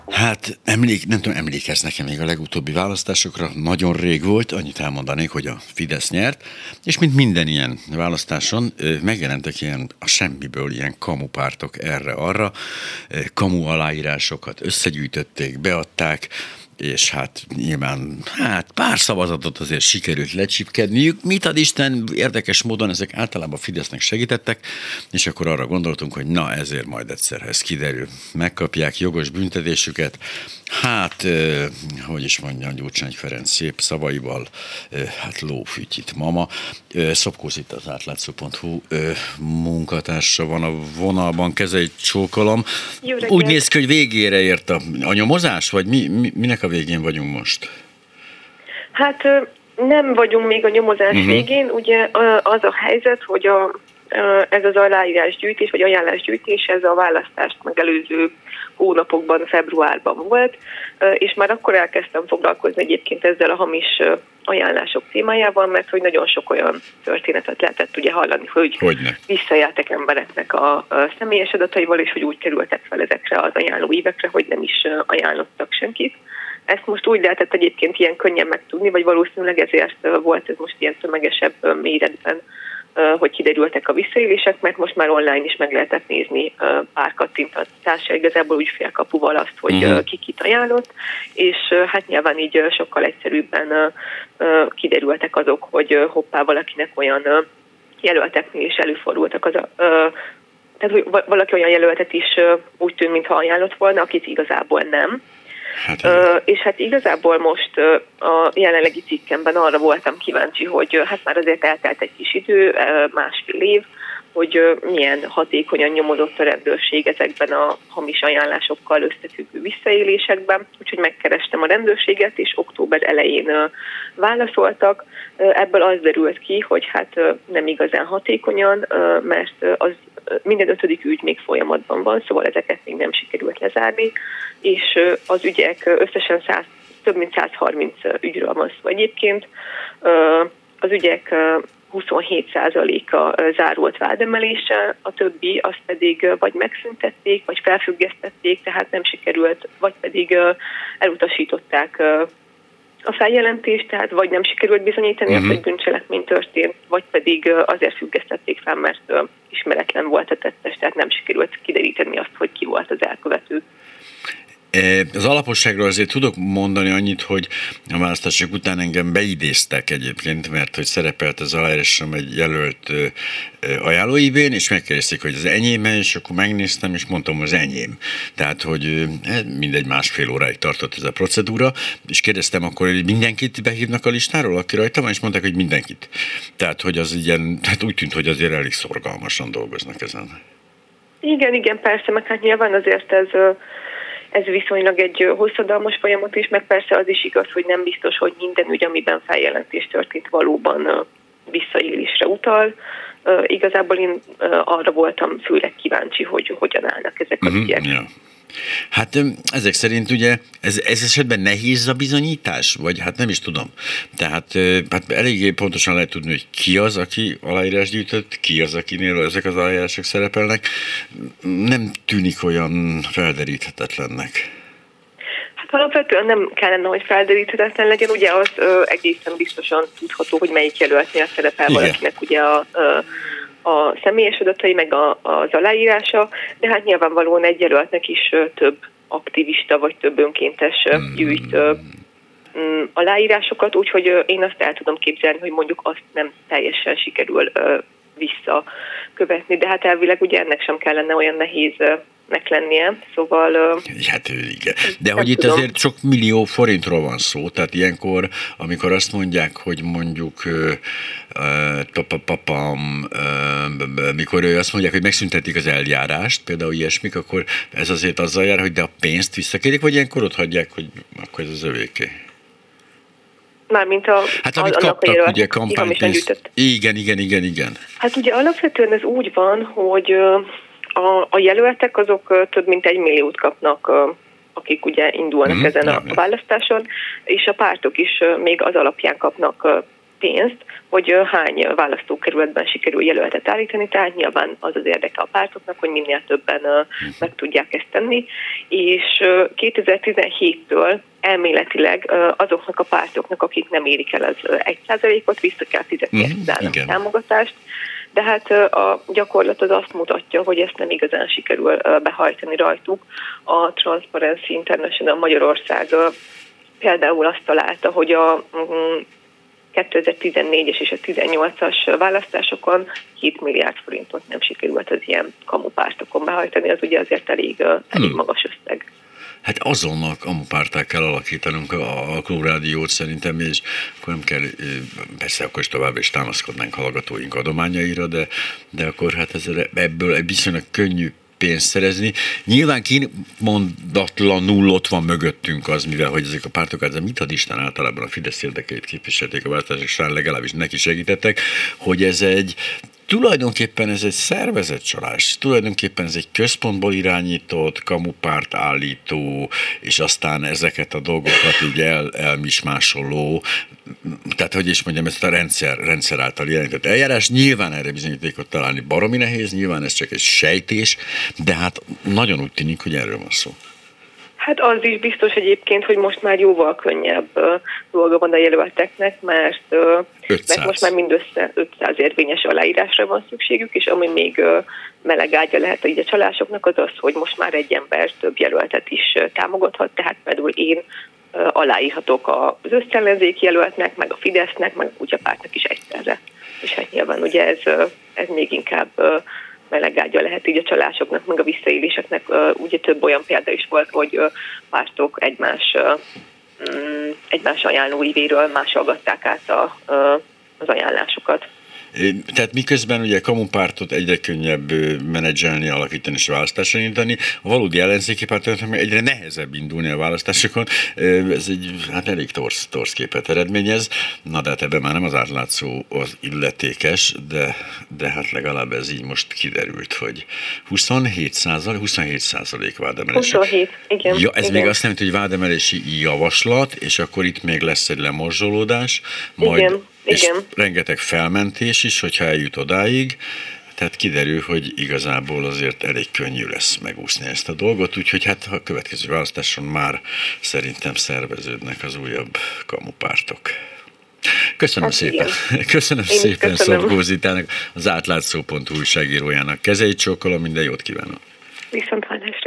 Hát nem tudom, emlékeznek-e még a legutóbbi választásokra, nagyon rég volt, annyit elmondanék, hogy a Fidesz nyert, és mint minden ilyen választáson megjelentek ilyen a semmiből ilyen kamupártok erre-arra, kamu aláírásokat összegyűjtötték, beadták, és hát nyilván pár szavazatot azért sikerült lecsipkedniük. Mit ad Isten, érdekes módon ezek általában Fidesznek segítettek, és akkor arra gondoltunk, hogy na ezért majd egyszer, ez kiderül. Megkapják jogos büntetésüket. Hát, hogy is mondjam, Gyurcsány Ferenc szép szavaival, hát lófütyit mama. Szopkóz itt az átlátszó.hu munkatársa van a vonalban, kezeit csókolom. Úgy néz ki, hogy végére ért a nyomozás, vagy minek a végén vagyunk most? Hát nem vagyunk még a nyomozás végén, ugye az a helyzet, hogy ez az aláírásgyűjtés, vagy ajánlásgyűjtés, ez a választást megelőző hónapokban, februárban volt, és már akkor elkezdtem foglalkozni egyébként ezzel a hamis ajánlások témájával, mert hogy nagyon sok olyan történetet lehetett ugye hallani, hogy visszajeltek embereknek a személyes adataival, és hogy úgy kerültek fel ezekre az ajánlóívekre, hogy nem is ajánlottak senkit. Ezt most úgy lehetett egyébként ilyen könnyen megtudni, vagy valószínűleg ezért volt ez most ilyen tömegesebb méretben, hogy kiderültek a visszaélések, mert most már online is meg lehetett nézni pár kattintatással, igazából úgy félkapuval azt, hogy ki kit ajánlott, és hát nyilván így sokkal egyszerűbben kiderültek azok, hogy hoppá, valakinek olyan jelölteknél is előfordultak tehát hogy valaki olyan jelöltet is úgy tűnt, mintha ajánlott volna, akit igazából nem. És hát igazából most a jelenlegi cikkemben arra voltam kíváncsi, hogy hát már azért eltelt egy kis idő, másfél év, hogy milyen hatékonyan nyomozott a rendőrség ezekben a hamis ajánlásokkal összefüggő visszaélésekben. Úgyhogy megkerestem a rendőrséget, és október elején válaszoltak. Ebből az derült ki, hogy hát nem igazán hatékonyan, mert az minden 5. ügy még folyamatban van, szóval ezeket még nem sikerült lezárni, és az ügyek összesen több mint 130 ügyről van szó egyébként. Az ügyek 27%-a zárult vádemeléssel, a többi azt pedig vagy megszüntették, vagy felfüggesztették, tehát nem sikerült, vagy pedig elutasították a feljelentést, tehát vagy nem sikerült bizonyítani azt, hogy bűncselekmény történt, vagy pedig azért függesztették fel, mert ismeretlen volt a tettes, tehát nem sikerült kideríteni azt, hogy ki volt az elkövető. Az alaposságról azért tudok mondani annyit, hogy a választások után engem beidéztek egyébként, mert hogy szerepelt az aláírásom egy jelölt ajánlóívén, és megkérdezték, hogy az enyém, és akkor megnéztem, és mondtam, hogy az enyém. Tehát, hogy mindegy, másfél óráig tartott ez a procedúra, és kérdeztem akkor, hogy mindenkit behívnak a listáról, aki rajta van, és mondták, hogy mindenkit. Tehát, hogy az ilyen, hát úgy tűnt, hogy azért elég szorgalmasan dolgoznak ezen. Igen, persze, meg hát nyilván azért ez viszonylag egy hosszadalmas folyamat is, meg persze az is igaz, hogy nem biztos, hogy minden ügy, amiben feljelentés történt, valóban visszaélésre utal. Igazából én arra voltam főleg kíváncsi, hogy hogyan állnak ezek az ügyek. Ja. Hát ezek szerint ugye ez esetben nehéz a bizonyítás? Vagy hát nem is tudom. Tehát hát eléggé pontosan lehet tudni, hogy ki az, aki aláírás gyűjtött, ki az, akinél ezek az aláírások szerepelnek. Nem tűnik olyan felderíthetetlennek. Hát alapvetően nem kellene, hogy felderíthetetlen legyen. Ugye az egészen biztosan tudható, hogy melyik jelöltnél szerepel valakinek ugye a személyes adatai, meg az aláírása, de hát nyilvánvalóan egy jelöltnek is több aktivista vagy több önkéntes gyűjt aláírásokat, úgyhogy én azt el tudom képzelni, hogy mondjuk azt nem teljesen sikerül visszakövetni, de hát elvileg ugye ennek sem kellene olyan nehéznek lennie, szóval... Hát igen, de hogy itt azért sok millió forintról van szó, tehát ilyenkor, amikor azt mondják, hogy mondjuk mikor azt mondják, hogy megszüntetik az eljárást, például ilyesmik, akkor ez azért azzal jár, hogy de a pénzt visszakérik, vagy ilyenkor ott hagyják, hogy akkor ez az övéké? Mármint hát amit kaptak, ugye kampánypénzt. Igen. Hát ugye alapvetően ez úgy van, hogy a jelöltek azok több mint 1 milliót kapnak, akik ugye indulnak ezen a választáson, és a pártok is még az alapján kapnak pénzt, hogy hány választókerületben sikerül jelöltet állítani, tehát nyilván az az érdeke a pártoknak, hogy minél többen meg tudják ezt tenni, és 2017-től elméletileg azoknak a pártoknak, akik nem érik el az 1%-ot, vissza kell fizetni ezt a támogatást, de hát a gyakorlat az azt mutatja, hogy ezt nem igazán sikerül behajtani rajtuk. A Transparency International Magyarország például azt találta, hogy a 2014-es és a 2018-as választásokon 7 milliárd forintot nem sikerült az ilyen kamupártokon behajtani, az ugye azért elég magas összeg. Hát azonnal kamupártá kell alakítanunk a Klubrádiót szerintem, és akkor nem kell, persze akkor is tovább is támaszkodnánk hallgatóink adományaira, de akkor hát ebből egy viszonylag könnyű pénzt szerezni. Nyilván kimondatlanul ott van mögöttünk az, mivel hogy ezek a pártok, de mit ad Isten, általában a Fidesz érdekeit képviselték a választások során, legalábbis neki segítettek, hogy tulajdonképpen ez egy szervezett csalás, tulajdonképpen ez egy központból irányított, kamupárt állító, és aztán ezeket a dolgokat így elmismásoló, tehát hogy is mondjam, ezt a rendszer által jelentett eljárás. Nyilván erre bizonyítékot találni baromi nehéz, nyilván ez csak egy sejtés, de hát nagyon úgy tűnik, hogy erről van szó. Hát az is biztos egyébként, hogy most már jóval könnyebb dolga van a jelölteknek, mert most már mindössze 500 érvényes aláírásra van szükségük, és ami még melegágya lehet így a csalásoknak, az az, hogy most már egy ember több jelöltet is támogathat, tehát például én aláírhatok az összellenzéki jelöltnek, meg a Fidesznek, meg a Kutyapártnak is egyszerre. És hát nyilván ugye ez még inkább melegágya lehet így a csalásoknak, meg a visszaéléseknek. Ugye több olyan példa is volt, hogy pártok egymás ajánlóivéről másolgatták át az ajánlásokat. Tehát miközben ugye kamupártot egyre könnyebb menedzselni, alakítani és választásra indítani, a valódi ellenzéki pártoknak meg egyre nehezebb indulni a választásokon. Ez egy elég torz képet eredményez. Na de hát ebben már nem az átlátszó az illetékes, de hát legalább ez így most kiderült, hogy 27% vádemelés. 27, igen. Ja, ez igen. még azt jelenti, hogy vádemelési javaslat, és akkor itt még lesz egy lemorzsolódás, majd igen. és igen. rengeteg felmentés is, hogyha eljut odáig, tehát kiderül, hogy igazából azért elég könnyű lesz megúszni ezt a dolgot, úgyhogy hát a következő választáson már szerintem szerveződnek az újabb kamupártok. Köszönöm szépen. Köszönöm szépen Szabó Zitának, az átlátszó.hu újságírójának. Kezeit csókolom, minden jót kívánok. Viszontlátásra.